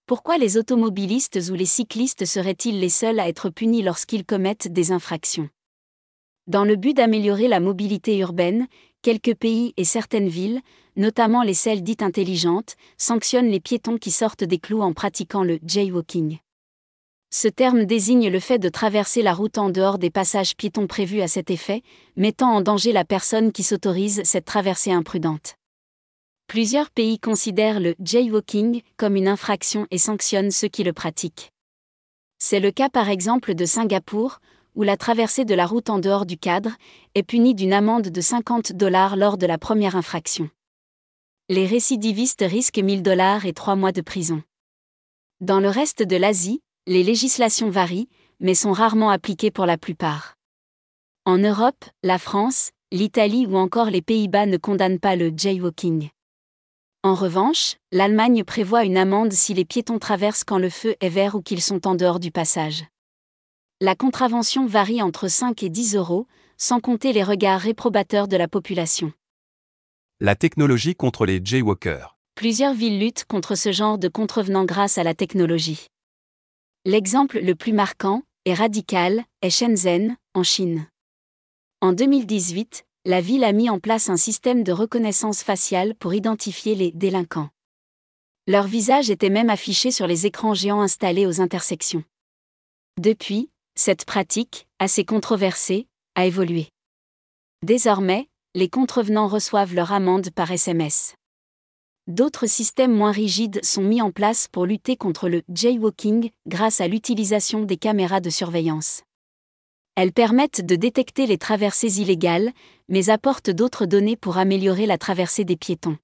Pourquoi les automobilistes ou les cyclistes seraient-ils les seuls à être punis lorsqu'ils commettent des infractions? Dans le but d'améliorer la mobilité urbaine, quelques pays et certaines villes, notamment les celles dites intelligentes, sanctionnent les piétons qui sortent des clous en pratiquant le jaywalking. Ce terme désigne le fait de traverser la route en dehors des passages piétons prévus à cet effet, mettant en danger la personne qui s'autorise cette traversée imprudente. Plusieurs pays considèrent le jaywalking comme une infraction et sanctionnent ceux qui le pratiquent. C'est le cas par exemple de Singapour, où la traversée de la route en dehors du cadre est punie d'une amende de $50 lors de la première infraction. Les récidivistes risquent $1000 et 3 mois de prison. Dans le reste de l'Asie, les législations varient, mais sont rarement appliquées pour la plupart. En Europe, la France, l'Italie ou encore les Pays-Bas ne condamnent pas le jaywalking. En revanche, l'Allemagne prévoit une amende si les piétons traversent quand le feu est vert ou qu'ils sont en dehors du passage. La contravention varie entre 5 et 10 €, sans compter les regards réprobateurs de la population. La technologie contre les jaywalkers. Plusieurs villes luttent contre ce genre de contrevenants grâce à la technologie. L'exemple le plus marquant, et radical, est Shenzhen, en Chine. En 2018, la ville a mis en place un système de reconnaissance faciale pour identifier les délinquants. Leur visage était même affiché sur les écrans géants installés aux intersections. Depuis, cette pratique, assez controversée, a évolué. Désormais, les contrevenants reçoivent leur amende par SMS. D'autres systèmes moins rigides sont mis en place pour lutter contre le jaywalking grâce à l'utilisation des caméras de surveillance. Elles permettent de détecter les traversées illégales, mais apportent d'autres données pour améliorer la traversée des piétons.